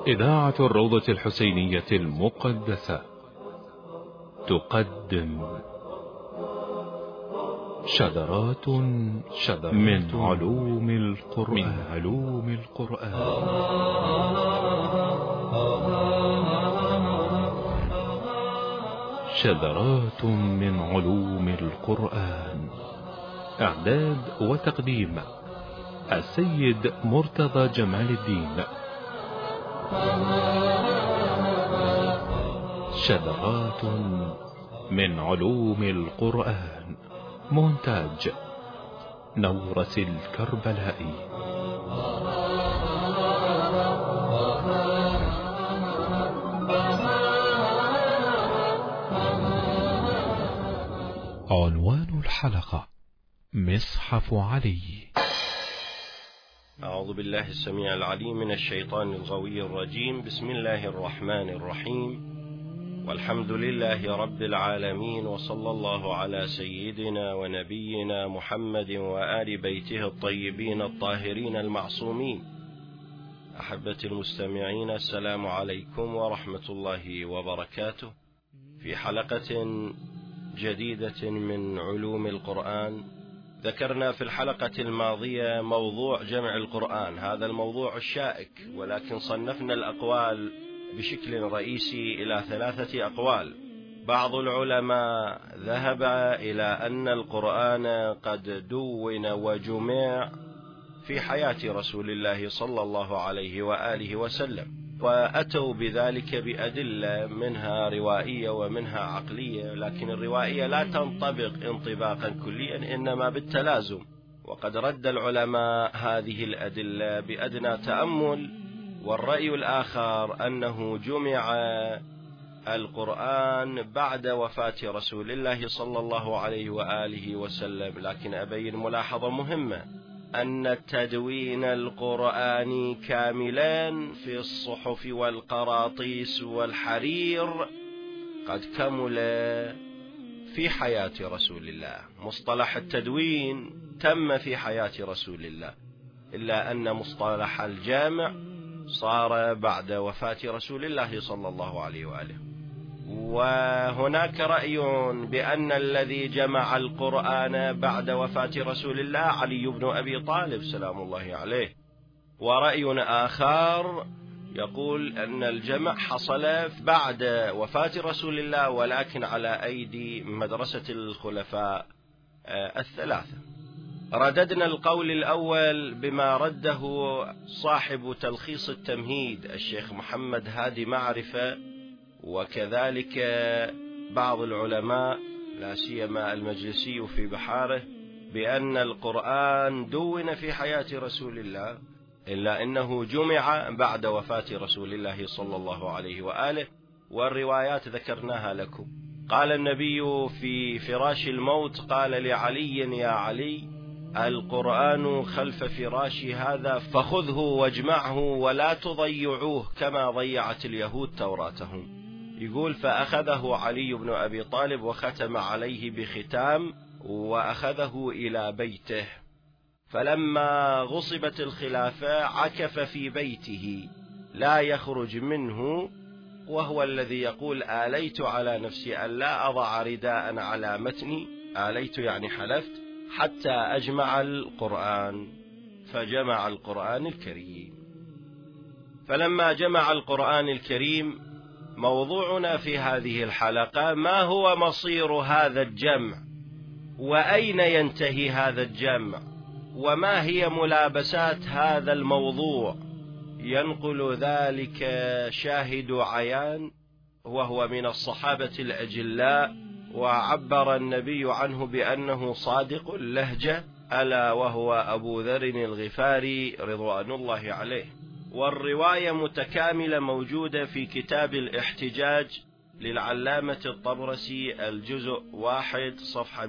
إذاعة الروضة الحسينية المقدسة تقدم شذرات من علوم القرآن. شذرات من علوم القرآن. إعداد وتقديم السيد مرتضى جمال الدين. شذرات من علوم القرآن. مونتاج نورس الكربلائي. عنوان الحلقة: مصحف علي. أعوذ بالله السميع العليم من الشيطان الغوي الرجيم. بسم الله الرحمن الرحيم، والحمد لله رب العالمين، وصلى الله على سيدنا ونبينا محمد وآل بيته الطيبين الطاهرين المعصومين. أحبتي المستمعين، السلام عليكم ورحمة الله وبركاته. في حلقة جديدة من علوم القرآن، ذكرنا في الحلقة الماضية موضوع جمع القرآن، هذا الموضوع الشائك، ولكن صنفنا الأقوال بشكل رئيسي إلى 3 أقوال. بعض العلماء ذهب إلى أن القرآن قد دون وجمع في حياة رسول الله صلى الله عليه وآله وسلم، وأتوا بذلك بأدلة منها روائية ومنها عقلية، لكن الروائية لا تنطبق انطباقا كليا، إنما بالتلازم. وقد رد العلماء هذه الأدلة بأدنى تأمل، والرأي الآخر أنه جمع القرآن بعد وفاة رسول الله صلى الله عليه وآله وسلم. لكن أبين ملاحظة مهمة، أن التدوين القرآني كاملان في الصحف والقراطيس والحرير قد كمل في حياة رسول الله. مصطلح التدوين تم في حياة رسول الله، إلا أن مصطلح الجامع صار بعد وفاة رسول الله صلى الله عليه وآله. وهناك رأي بأن الذي جمع القرآن بعد وفاة رسول الله علي بن أبي طالب سلام الله عليه، ورأي آخر يقول أن الجمع حصل بعد وفاة رسول الله، ولكن على أيدي مدرسة الخلفاء 3. رددنا القول الأول بما رده صاحب تلخيص التمهيد الشيخ محمد هادي معرفة، وكذلك بعض العلماء لا سيما المجلسي في بحاره، بأن القرآن دون في حياة رسول الله، إلا أنه جمع بعد وفاة رسول الله صلى الله عليه وآله. والروايات ذكرناها لكم. قال النبي في فراش الموت، قال لعلي: يا علي، القرآن خلف فراشي هذا، فخذه واجمعه ولا تضيعوه كما ضيعت اليهود توراتهم. يقول: فأخذه علي بن أبي طالب وختم عليه بختام، وأخذه إلى بيته. فلما غصبت الخلافة عكف في بيته لا يخرج منه، وهو الذي يقول: آليت على نفسي أن لا أضع رداء على متني، آليت يعني حلفت، حتى أجمع القرآن. فجمع القرآن الكريم. فلما جمع القرآن الكريم، موضوعنا في هذه الحلقة: ما هو مصير هذا الجمع؟ وأين ينتهي هذا الجمع؟ وما هي ملابسات هذا الموضوع؟ ينقل ذلك شاهد عيان، وهو من الصحابة الأجلاء، وعبر النبي عنه بأنه صادق اللهجة، ألا وهو أبو ذر الغفاري رضوان الله عليه. والرواية متكاملة موجودة في كتاب الاحتجاج للعلامة الطبرسي، الجزء 1 صفحة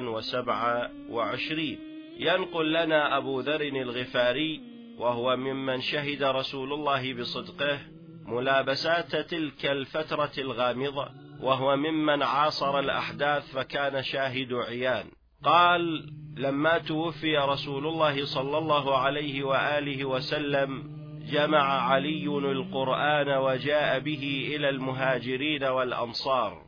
227. ينقل لنا أبو ذر الغفاري، وهو ممن شهد رسول الله بصدقه، ملابسات تلك الفترة الغامضة، وهو ممن عاصر الأحداث فكان شاهد عيان. قال: لما توفي رسول الله صلى الله عليه وآله وسلم، جمع علي القرآن وجاء به إلى المهاجرين والأنصار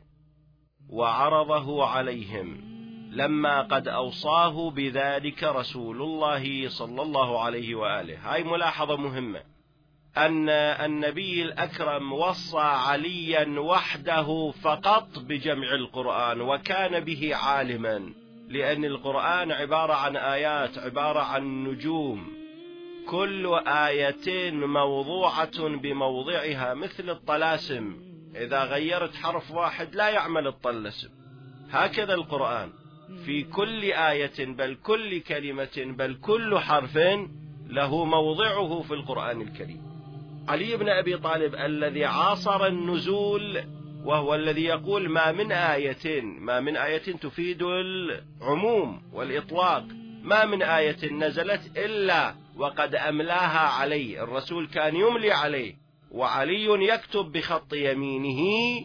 وعرضه عليهم لما قد أوصاه بذلك رسول الله صلى الله عليه وآله. هاي ملاحظة مهمة، أن النبي الأكرم وصى عليا وحده فقط بجمع القرآن، وكان به عالما، لأن القرآن عبارة عن آيات، عبارة عن نجوم، كل آية موضوعة بموضعها، مثل الطلاسم، إذا غيرت حرف واحد لا يعمل الطلسم. هكذا القرآن في كل آية، بل كل كلمة، بل كل حرف له موضعه في القرآن الكريم. علي بن أبي طالب الذي عاصر النزول، وهو الذي يقول ما من آية تفيد العموم والإطلاق، ما من آية نزلت إلا وقد أملاها عليه، الرسول كان يملي عليه، وعلي يكتب بخط يمينه،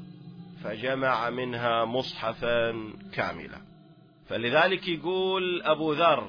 فجمع منها مصحفا كاملا. فلذلك يقول أبو ذر: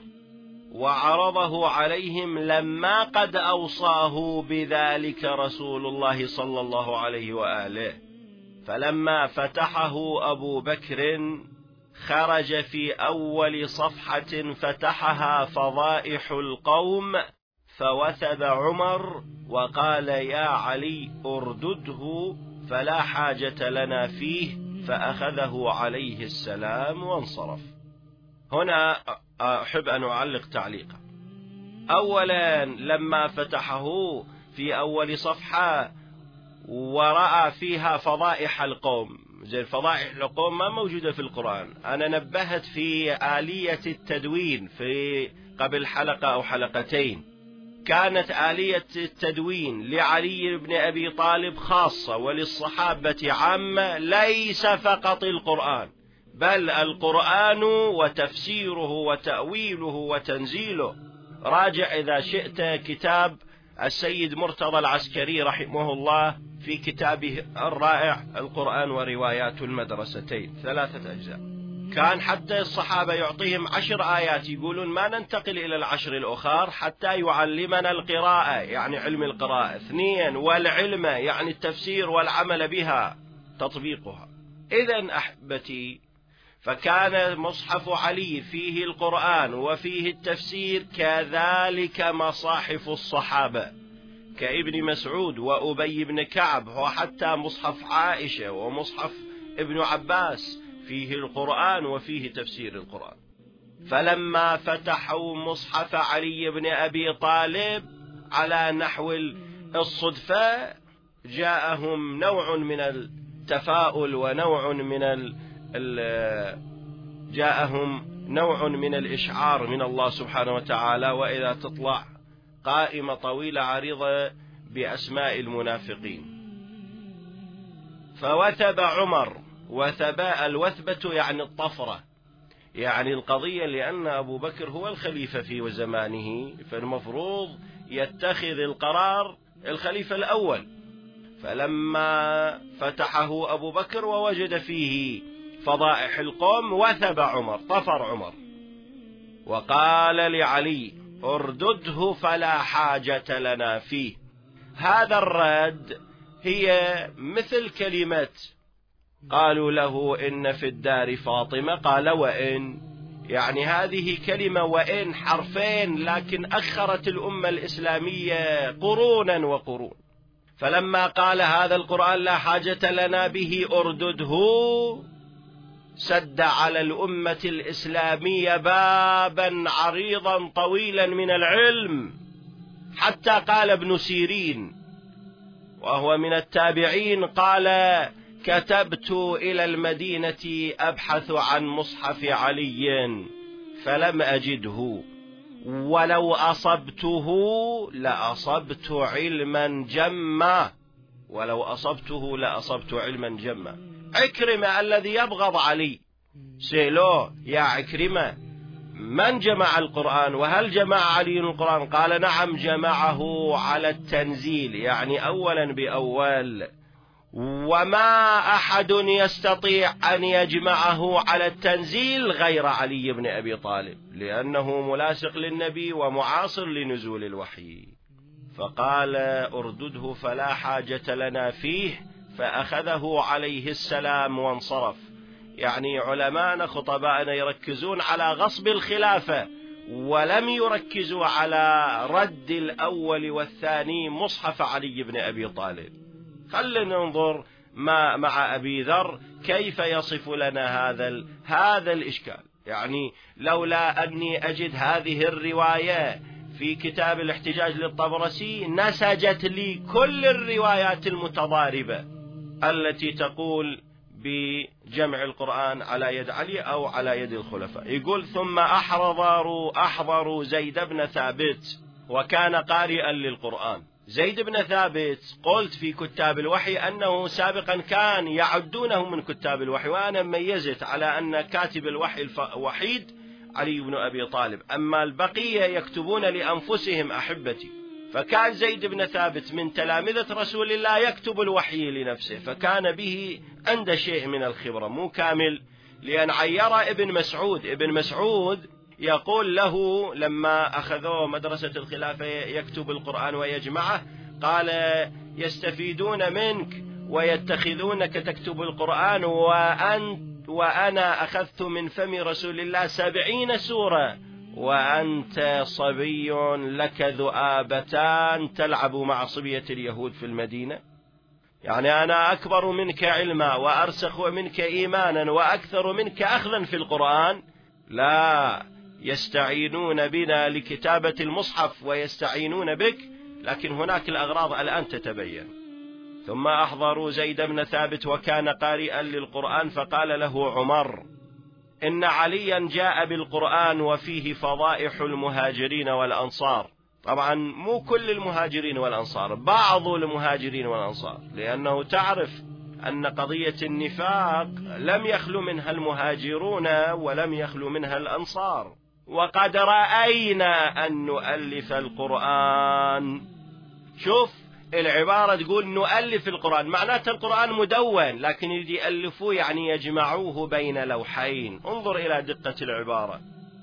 وعرضه عليهم لما قد أوصاه بذلك رسول الله صلى الله عليه وآله، فلما فتحه أبو بكر خرج في أول صفحة فتحها فضائح القوم، فوثب عمر وقال: يا علي اردده فلا حاجة لنا فيه، فأخذه عليه السلام وانصرف. هنا أحب أن أعلق تعليقا. أولا، لما فتحه في أول صفحة ورأى فيها فضائح القوم، زي فضائح القوم ما موجودة في القرآن. أنا نبهت في آلية التدوين في قبل حلقة أو حلقتين، كانت آلية التدوين لعلي بن أبي طالب خاصة وللصحابة عامة، ليس فقط القرآن، بل القرآن وتفسيره وتأويله وتنزيله. راجع إذا شئت كتاب السيد مرتضى العسكري رحمه الله في كتابه الرائع القرآن وروايات المدرستين، 3 أجزاء. كان حتى الصحابة يعطيهم 10 آيات، يقولون ما ننتقل إلى 10 الأخر حتى يعلمنا القراءة، يعني علم القراءة. 2، والعلم، يعني التفسير والعمل بها، تطبيقها. إذن أحبتي، فكان مصحف علي فيه القرآن وفيه التفسير، كذلك مصاحف الصحابة كابن مسعود وأبي بن كعب، وحتى مصحف عائشة ومصحف ابن عباس فيه القرآن وفيه تفسير القرآن. فلما فتحوا مصحف علي بن أبي طالب على نحو الصدفة، جاءهم نوع من التفاؤل ونوع من جاءهم نوع من الإشعار من الله سبحانه وتعالى. وإذا تطلع قائمة طويلة عريضة بأسماء المنافقين، فوثب عمر. وثب، الوثبة يعني الطفرة، يعني القضية، لأن أبو بكر هو الخليفة في زمانه، فالمفروض يتخذ القرار الخليفة الأول. فلما فتحه أبو بكر ووجد فيه فضائح القوم، وثب عمر، طفر عمر، وقال لعلي: اردده فلا حاجة لنا فيه. هذا الرد هي مثل كلمة قالوا له إن في الدار فاطمة، قال: وإن، يعني هذه كلمة وإن حرفين، لكن أخرت الأمة الإسلامية قرونا وقرون. فلما قال هذا القرآن لا حاجة لنا به اردده، سد على الأمة الإسلامية بابا عريضا طويلا من العلم، حتى قال ابن سيرين وهو من التابعين، قال: كتبت إلى المدينة أبحث عن مصحف علي فلم أجده، ولو أصبته لأصبت علما جما، ولو أصبته لأصبت علما جما. عكرمة الذي يبغض علي سيلو: يا عكرمة، من جمع القرآن؟ وهل جمع علي القرآن؟ قال: نعم، جمعه على التنزيل، يعني أولا بأول، وما أحد يستطيع أن يجمعه على التنزيل غير علي بن أبي طالب، لأنه ملاصق للنبي ومعاصر لنزول الوحي. فقال اردده فلا حاجة لنا فيه، فأخذه عليه السلام وانصرف. يعني علماءنا خطباءنا يركزون على غصب الخلافة، ولم يركزوا على رد الأول والثاني مصحف علي بن أبي طالب. خلنا ننظر مع أبي ذر كيف يصف لنا هذا الإشكال. يعني لولا أني أجد هذه الرواية في كتاب الاحتجاج للطبرسي نسجت لي كل الروايات المتضاربة التي تقول بجمع القرآن على يد علي أو على يد الخلفاء. يقول ثم أحضروا زيد بن ثابت وكان قارئا للقرآن. زيد بن ثابت قلت في كتاب الوحي أنه سابقا كان يعدونه من كتاب الوحي، وأنا ميزت على أن كاتب الوحي الوحيد علي بن أبي طالب، أما البقية يكتبون لأنفسهم أحبتي. فكان زيد بن ثابت من تلامذة رسول الله يكتب الوحي لنفسه، فكان به عند شيء من الخبرة، مو كامل، لأن عير ابن مسعود يقول له لما أخذوه مدرسة الخلافة يكتب القرآن ويجمعه، قال يستفيدون منك ويتخذونك تكتب القرآن وأنا أخذت من فم رسول الله 70 سورة وأنت صبي لك ذؤابتان تلعب مع صبية اليهود في المدينة. يعني أنا أكبر منك علما وأرسخ منك إيمانا وأكثر منك أخذا في القرآن. لا، يستعينون بنا لكتابة المصحف ويستعينون بك، لكن هناك الأغراض الآن تتبين. ثم أحضروا زيد بن ثابت وكان قارئا للقرآن، فقال له عمر إن عليا جاء بالقرآن وفيه فضائح المهاجرين والأنصار. طبعا مو كل المهاجرين والأنصار، بعض المهاجرين والأنصار، لأنه تعرف أن قضية النفاق لم يخلو منها المهاجرون ولم يخلو منها الأنصار. وقد رأينا أن نؤلف القرآن. شوف العبارة تقول نؤلف القرآن، معناته القرآن مدون، لكن يألفوه يعني يجمعوه بين لوحين. انظر إلى دقة العبارة.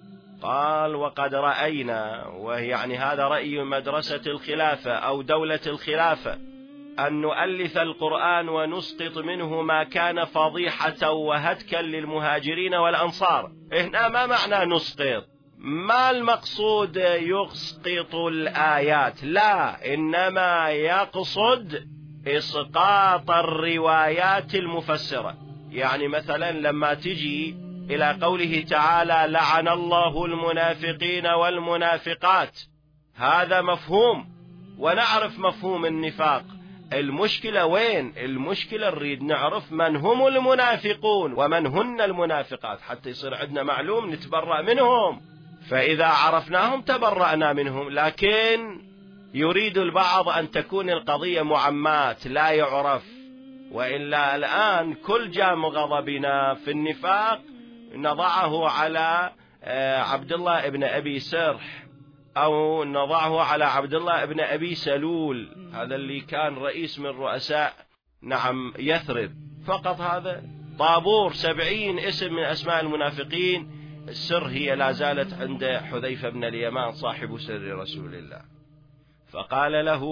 قال وقد رأينا، وهي يعني هذا رأي مدرسة الخلافة أو دولة الخلافة، أن نؤلف القرآن ونسقط منه ما كان فضيحة وهتكا للمهاجرين والأنصار. هنا ما معنى نسقط؟ ما المقصود يسقط الآيات، لا، إنما يقصد إسقاط الروايات المفسرة. يعني مثلا لما تجي إلى قوله تعالى لعن الله المنافقين والمنافقات، هذا مفهوم ونعرف مفهوم النفاق. المشكلة وين؟ المشكلة نريد نعرف من هم المنافقون ومن هن المنافقات حتى يصير عندنا معلوم نتبرأ منهم، فإذا عرفناهم تبرأنا منهم. لكن يريد البعض أن تكون القضية معمات لا يعرف، وإلا الآن كل جام غضبنا في النفاق نضعه على عبد الله ابن أبي سرح، أو نضعه على عبد الله ابن أبي سلول، هذا اللي كان رئيس من رؤساء يثرب. فقط هذا طابور 70 اسم من أسماء المنافقين، السر هي لا زالت عند حذيفة بن اليمان صاحب سر رسول الله. فقال له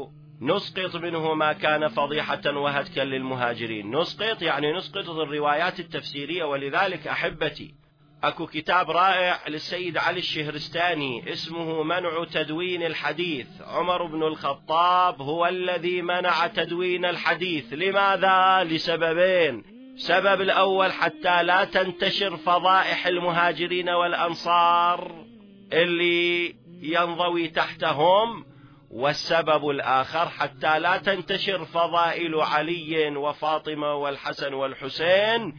نسقط منه ما كان فضيحة وهتكا للمهاجرين. نسقط يعني نسقط الروايات التفسيرية. ولذلك أحبتي أكو كتاب رائع للسيد علي الشهرستاني اسمه منع تدوين الحديث. عمر بن الخطاب هو الذي منع تدوين الحديث. لماذا؟ لسببين. سبب الأول حتى لا تنتشر فضائح المهاجرين والأنصار اللي ينضوي تحتهم، والسبب الآخر حتى لا تنتشر فضائل علي وفاطمة والحسن والحسين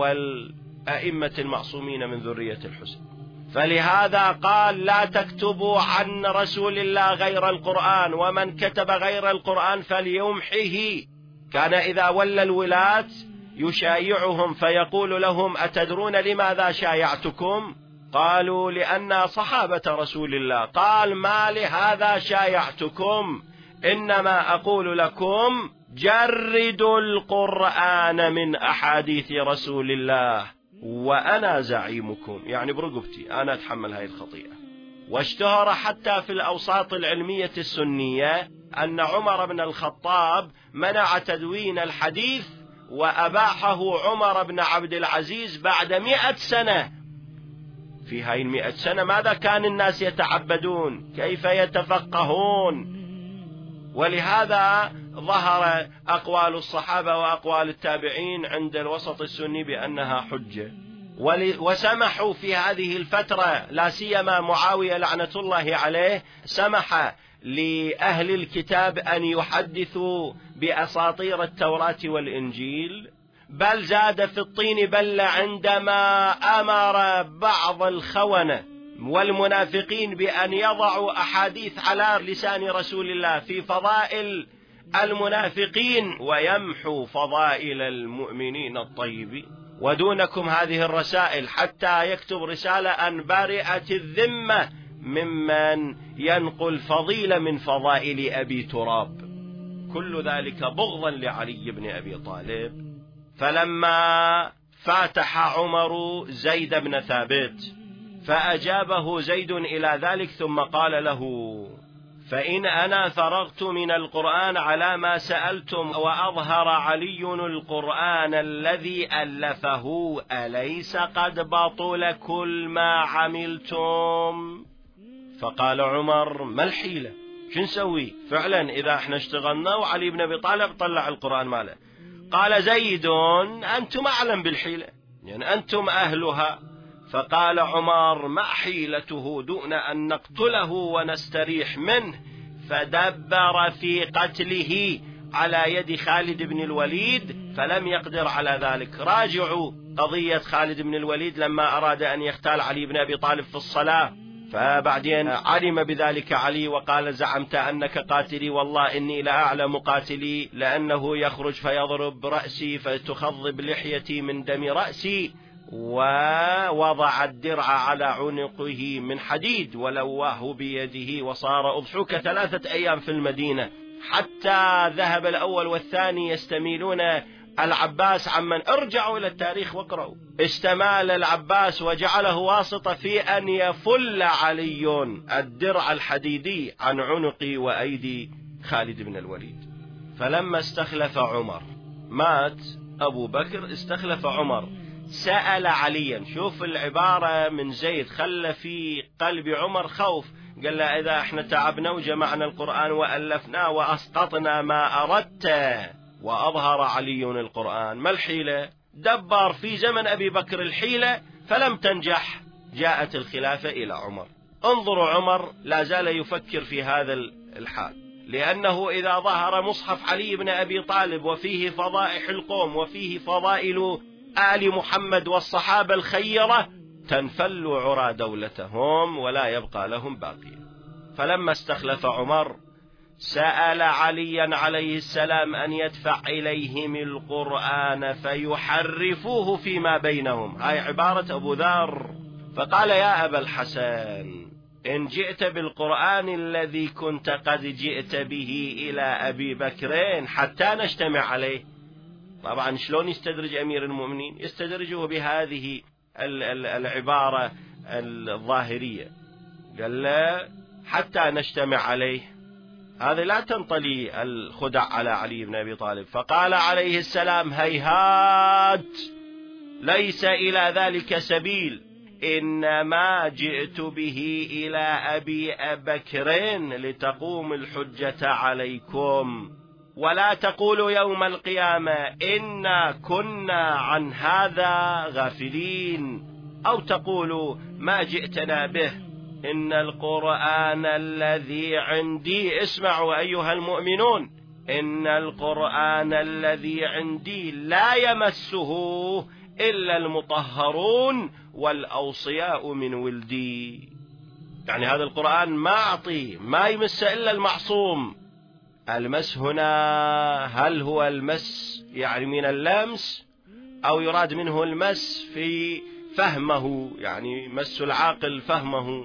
والأئمة المعصومين من ذرية الحسين. فلهذا قال لا تكتبوا عن رسول الله غير القرآن، ومن كتب غير القرآن فليمحه. كان إذا ولى الولاة يشايعهم فيقول لهم أتدرون لماذا شايعتكم؟ قالوا لأن صحابة رسول الله. قال ما لهذا شايعتكم، إنما أقول لكم جردوا القرآن من أحاديث رسول الله وأنا زعيمكم، يعني برقبتي أنا أتحمل هاي الخطيئة. واشتهر حتى في الأوساط العلمية السنية أن عمر بن الخطاب منع تدوين الحديث وأباحه عمر بن عبد العزيز بعد 100 سنة. في هاي 100 سنة ماذا كان الناس يتعبدون؟ كيف يتفقهون؟ ولهذا ظهر أقوال الصحابة وأقوال التابعين عند الوسط السني بأنها حجة، وسمحوا في هذه الفترة، لا سيما معاوية لعنة الله عليه، سمح لأهل الكتاب أن يحدثوا بأساطير التوراة والإنجيل، بل زاد في الطين بلة عندما أمر بعض الخونة والمنافقين بأن يضعوا أحاديث على لسان رسول الله في فضائل المنافقين ويمحو فضائل المؤمنين الطيبين. ودونكم هذه الرسائل، حتى يكتب رسالة أن بارئة الذمة ممن ينقل فضيلة من فضائل أبي تراب، كل ذلك بغضا لعلي بن أبي طالب. فلما فاتح عمر زيد بن ثابت فأجابه زيد إلى ذلك، ثم قال له: فإن أنا فرغت من القرآن على ما سألتم وأظهر علي القرآن الذي ألفه، أليس قد بطل كل ما عملتم؟ فقال عمر: ما الحيلة؟ شو نسوي؟ فعلا إذا احنا اشتغلنا وعلي بن أبي طالب طلع القرآن ماله. قال زيد: أنتم أعلم بالحيلة، يعني أنتم أهلها. فقال عمر: ما حيلته دون أن نقتله ونستريح منه؟ فدبر في قتله على يد خالد بن الوليد فلم يقدر على ذلك. راجعوا قضية خالد بن الوليد لما أراد أن يختال علي بن أبي طالب في الصلاة، فبعدين علم بذلك علي وقال: زعمت أنك قاتلي، والله إني لأعلم قاتلي، لأنه يخرج فيضرب رأسي فتخضب لحيتي من دم رأسي. ووضع الدرع على عنقه من حديد ولواه بيده وصار أضحوك 3 أيام في المدينة، حتى ذهب الأول والثاني يستميلون العباس عمن. ارجعوا إلى التاريخ واقرأوا. استمال العباس وجعله واسطة في أن يفل علي الدرع الحديدي عن عنق وأيدي خالد بن الوليد. فلما استخلف عمر، مات أبو بكر، استخلف عمر، سأل عليا. شوف العبارة من زيد، خلى في قلب عمر خوف، قال له: إذا احنا تعبنا وجمعنا القرآن وألفناه وأسقطنا ما أردت وأظهر علي القرآن، ما الحيلة؟ دبر في زمن أبي بكر الحيلة فلم تنجح، جاءت الخلافة إلى عمر. انظروا، عمر لا زال يفكر في هذا الحال، لأنه إذا ظهر مصحف علي بن أبي طالب وفيه فضائح القوم وفيه فضائل آل محمد والصحابة الخيرة، تنفل عرى دولتهم ولا يبقى لهم باقي. فلما استخلف عمر سأل عليا عليه السلام أن يدفع إليهم القرآن فيحرفوه فيما بينهم. هاي عبارة أبو ذر. فقال: يا أبا الحسن، إن جئت بالقرآن الذي كنت قد جئت به إلى أبي بكر حتى نجتمع عليه. طبعا شلون يستدرج أمير المؤمنين؟ يستدرجه بهذه العبارة الظاهرية، قال له: حتى نجتمع عليه. هذا لا تنطلي الخدع على علي بن أبي طالب. فقال عليه السلام: هيهات، ليس إلى ذلك سبيل، إنما جئت به إلى أبي بكر لتقوم الحجة عليكم، ولا تقولوا يوم القيامة إنا كنا عن هذا غافلين، أو تقولوا ما جئتنا به. إن القرآن الذي عندي، اسمعوا أيها المؤمنون، إن القرآن الذي عندي لا يمسه إلا المطهرون والأوصياء من ولدي. يعني هذا القرآن ما يمس إلا المعصوم. المس هنا هل هو المس يعني من اللمس، أو يراد منه المس في فهمه، يعني مس العاقل فهمه؟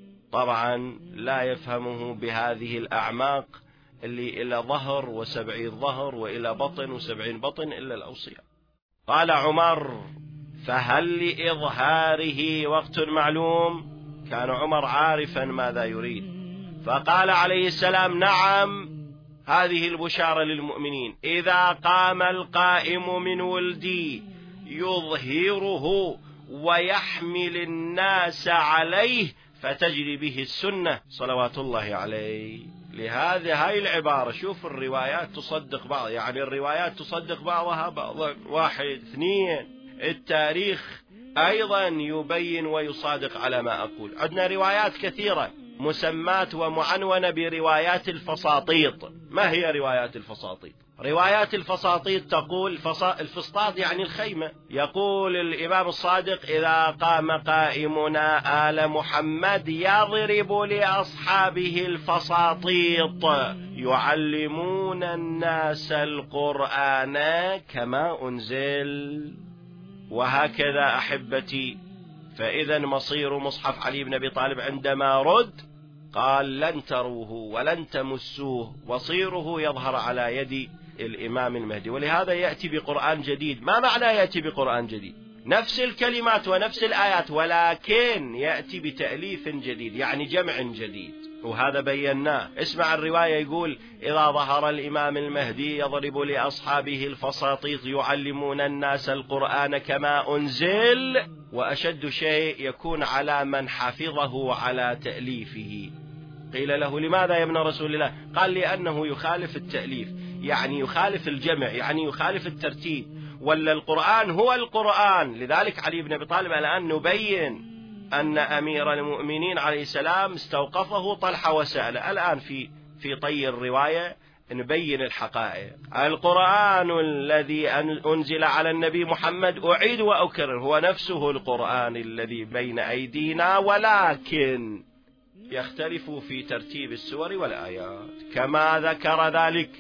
طبعا لا يفهمه بهذه الأعماق اللي إلى ظهر و70 ظهر وإلى بطن و70 بطن إلا الأوصياء. قال عمر: فهل لإظهاره وقت معلوم؟ كان عمر عارفا ماذا يريد، فقال عليه السلام: نعم، هذه البشارة للمؤمنين، إذا قام القائم من ولدي يظهره ويحمل الناس عليه فتجري به السنة صلوات الله عليه. لهذا هاي العبارة، شوف الروايات تصدق بعض، يعني الروايات تصدق بعضها بعضا، 1 2. التاريخ أيضا يبين ويصادق على ما أقول. عندنا روايات كثيرة مسمات ومعنونة بروايات الفساطيط. ما هي روايات الفساطيط؟ روايات الفساطيط تقول الفسطاط يعني الخيمة. يقول الإمام الصادق: إذا قام قائمنا آل محمد يضرب لأصحابه الفساطيط يعلمون الناس القرآن كما أنزل. وهكذا أحبتي، فإذا مصير مصحف علي بن أبي طالب عندما رد قال: لن تروه ولن تمسوه، وصيره يظهر على يد الإمام المهدي. ولهذا يأتي بقرآن جديد. ما معنى يأتي بقرآن جديد؟ نفس الكلمات ونفس الآيات، ولكن يأتي بتأليف جديد، يعني جمع جديد، وهذا بيناه. اسمع الرواية، يقول: إذا ظهر الإمام المهدي يضرب لأصحابه الفساطيط يعلمون الناس القرآن كما أنزل. وأشد شيء يكون على من حفظه على تأليفه. قيل له: لماذا يا ابن رسول الله؟ قال: لأنه يخالف التأليف، يعني يخالف الجمع، يعني يخالف الترتيب، ولا القرآن هو القرآن. لذلك علي بن أبي طالب الآن نبين أن أمير المؤمنين عليه السلام استوقفه طلحة وسأله. الآن في طي الرواية نبين الحقائق. القرآن الذي أنزل على النبي محمد، أعيد وأكرر، هو نفسه القرآن الذي بين أيدينا، ولكن يختلف في ترتيب السور والآيات، كما ذكر ذلك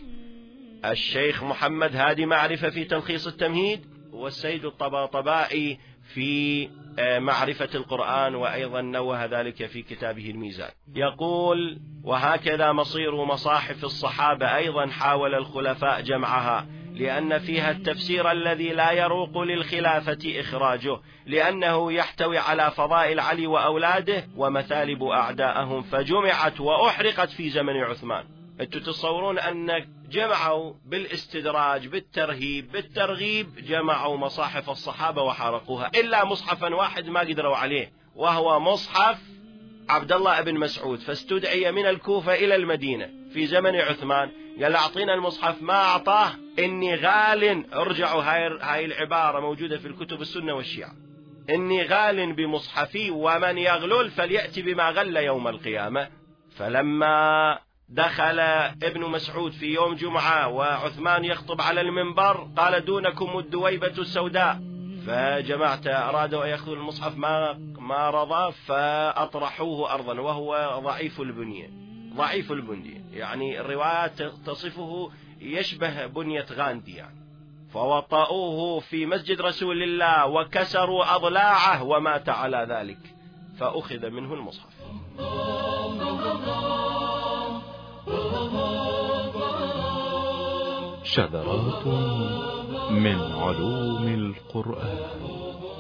الشيخ محمد هادي معرفة في تلخيص التمهيد، والسيد الطباطبائي في معرفة القرآن، وأيضا نوه ذلك في كتابه الميزان. يقول: وهكذا مصير مصاحف الصحابة أيضا حاول الخلفاء جمعها، لأن فيها التفسير الذي لا يروق للخلافة إخراجه، لأنه يحتوي على فضائل علي وأولاده ومثالب أعداءهم، فجمعت وأحرقت في زمن عثمان. أنتم تتصورون أن جمعوا بالاستدراج بالترهيب بالترغيب، جمعوا مصاحف الصحابة وحرقوها، إلا مصحفا واحد ما قدروا عليه، وهو مصحف عبد الله بن مسعود، فاستدعي من الكوفة إلى المدينة في زمن عثمان، قال: أعطينا المصحف، ما أعطاه. إني غال، ارجعوا هاي العبارة موجودة في الكتب السنة والشيعة: إني غال بمصحفي، ومن يغلل فليأتي بما غل يوم القيامة. فلما دخل ابن مسعود في يوم جمعة وعثمان يخطب على المنبر، قال: دونكم الدويبة السوداء. فجماعة أرادوا أن يأخذوا المصحف، ما رضى، فأطرحوه أرضا، وهو ضعيف البنية، يعني الروايات تصفه يشبه بنية غاندي يعني. فوطأوه في مسجد رسول الله وكسروا أضلاعه ومات على ذلك، فأخذ منه المصحف. شذرات من علوم القرآن.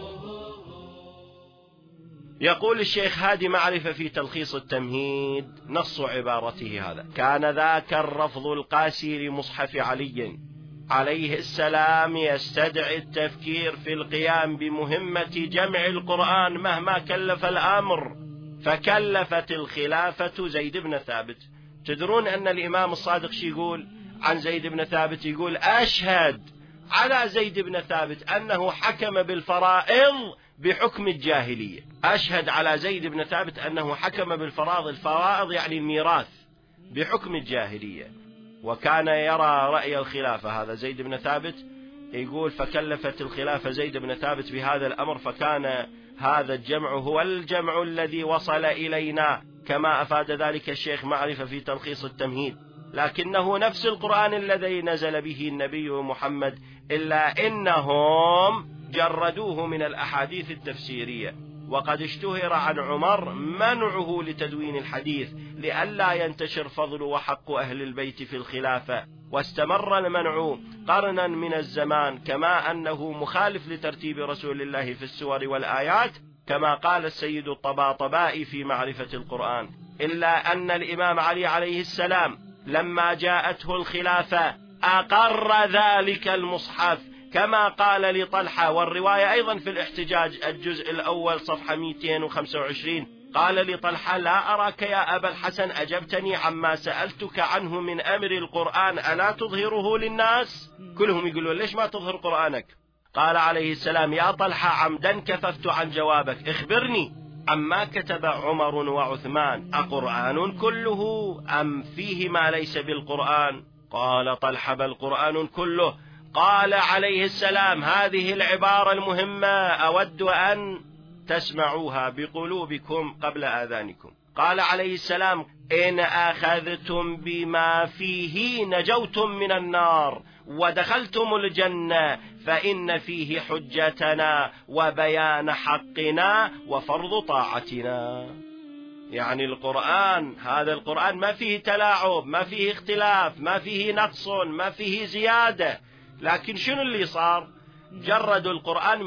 يقول الشيخ هادي معرفة في تلخيص التمهيد، نص عبارته هذا: كان ذاك الرفض القاسي لمصحف علي عليه السلام يستدعي التفكير في القيام بمهمة جمع القرآن مهما كلف الأمر، فكلفت الخلافة زيد بن ثابت. تدرون أن الإمام الصادق شي يقول عن زيد بن ثابت؟ يقول: أشهد على زيد بن ثابت أنه حكم بالفرائض بحكم الجاهلية. أشهد على زيد بن ثابت أنه حكم بالفرائض، الفرائض يعني الميراث، بحكم الجاهلية. وكان يرى رأي الخلافة هذا زيد بن ثابت. يقول: فكلفت الخلافة زيد بن ثابت بهذا الأمر، فكان هذا الجمع هو الجمع الذي وصل إلينا، كما أفاد ذلك الشيخ معرفة في تلخيص التمهيد. لكنه نفس القرآن الذي نزل به النبي محمد، إلا إنهم جردوه من الأحاديث التفسيرية. وقد اشتهر عن عمر منعه لتدوين الحديث لئلا ينتشر فضل وحق أهل البيت في الخلافة، واستمر المنع قرنا من الزمان، كما أنه مخالف لترتيب رسول الله في السور والآيات، كما قال السيد الطباطبائي في معرفة القرآن، إلا أن الإمام علي عليه السلام لما جاءته الخلافة أقر ذلك المصحف كما قال لطلحة، والرواية أيضا في الاحتجاج الجزء الأول صفحة 225، قال لطلحة: لا أراك يا أبا الحسن أجبتني عما سألتك عنه من أمر القرآن ألا تظهره للناس؟ كلهم يقولون: ليش ما تظهر قرآنك؟ قال عليه السلام: يا طلحة، عمدا كففت عن جوابك، اخبرني عما كتب عمر وعثمان، أقرآن كله أم فيه ما ليس بالقرآن؟ قال طلحة: بل قرآن كله. قال عليه السلام هذه العبارة المهمة أود أن تسمعوها بقلوبكم قبل آذانكم. قال عليه السلام: إن أخذتم بما فيه نجوتم من النار ودخلتم الجنة، فإن فيه حجتنا وبيان حقنا وفرض طاعتنا. يعني القرآن، هذا القرآن ما فيه تلاعب، ما فيه اختلاف، ما فيه نقص، ما فيه زيادة. لكن شنو اللي صار؟ جردوا القرآن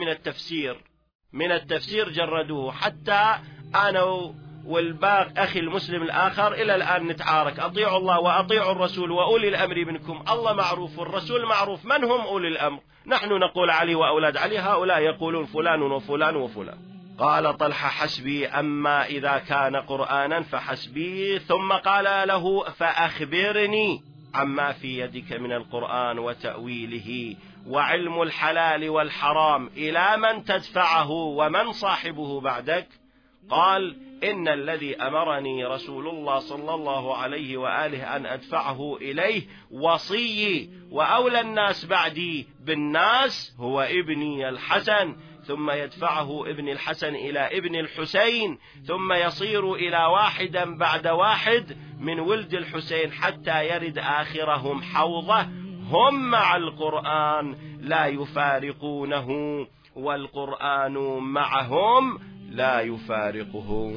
من التفسير جردوه، حتى أنا والباقي أخي المسلم الآخر إلى الآن نتعارك: أطيعوا الله وأطيعوا الرسول وأولي الأمر منكم. الله معروف والرسول معروف، من هم أولي الأمر؟ نحن نقول علي وأولاد علي، هؤلاء يقولون فلان وفلان وفلان. قال طلحة: حسبي، أما إذا كان قرآنا فحسبي. ثم قال له: فأخبرني عما في يدك من القرآن وتأويله وعلم الحلال والحرام، إلى من تدفعه ومن صاحبه بعدك؟ قال: إن الذي أمرني رسول الله صلى الله عليه وآله أن أدفعه إليه وصي وأولى الناس بعدي بالناس هو ابني الحسن، ثم يدفعه ابن الحسن إلى ابن الحسين، ثم يصير إلى واحدا بعد واحد من ولد الحسين حتى يرد آخرهم حوضه، هم مع القرآن لا يفارقونه والقرآن معهم لا يفارقه.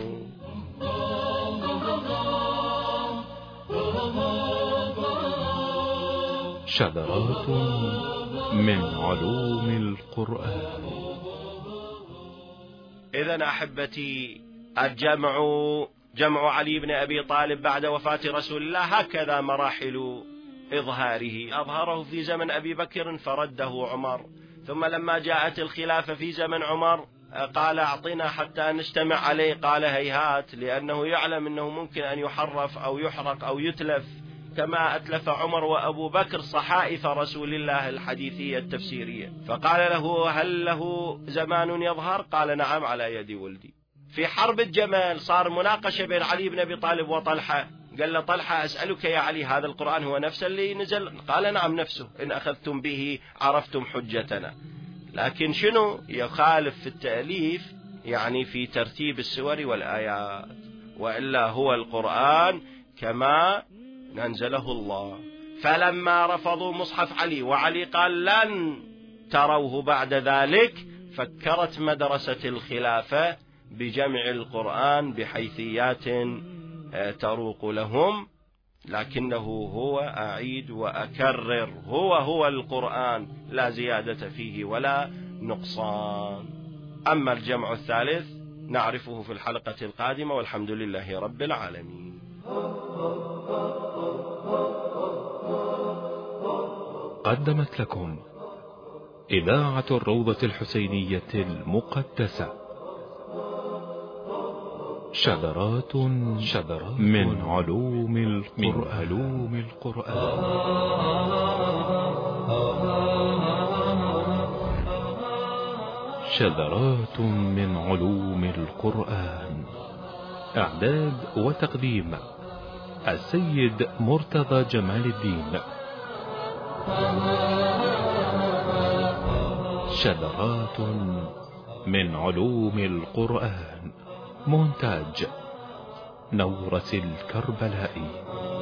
شذرات من علوم القرآن. إذن أحبتي، الجمع جمع علي بن أبي طالب بعد وفاة رسول الله هكذا مراحل إظهاره. أظهره في زمن أبي بكر فرده عمر، ثم لما جاءت الخلافة في زمن عمر قال: أعطنا حتى نجتمع عليه. قال: هيهات، لأنه يعلم أنه ممكن أن يحرف أو يحرق أو يتلف، كما أتلف عمر وأبو بكر صحائف رسول الله الحديثية التفسيرية. فقال له: هل له زمان يظهر؟ قال: نعم، على يد ولدي. في حرب الجمل صار مناقشة بين علي بن أبي طالب وطلحة. قال له طلحة: أسألك يا علي، هذا القرآن هو نفسه اللي نزل؟ قال: نعم نفسه، إن أخذتم به عرفتم حجتنا. لكن شنو يخالف في التأليف؟ يعني في ترتيب السور والآيات، وإلا هو القرآن كما أنزله الله. فلما رفضوا مصحف علي وعلي قال: لن تروه بعد ذلك، فكرت مدرسة الخلافة بجمع القرآن بحيثيات تروق لهم، لكنه هو، أعيد وأكرر، هو القرآن، لا زيادة فيه ولا نقصان. أما الجمع الثالث نعرفه في الحلقة القادمة، والحمد لله رب العالمين. قدمت لكم إذاعة الروضة الحسينية المقدسة شذرات من علوم القرآن. شذرات من علوم القرآن. إعداد وتقديم السيد مرتضى جمال الدين. شذرات من علوم القرآن. مونتاج نورة الكربلائي.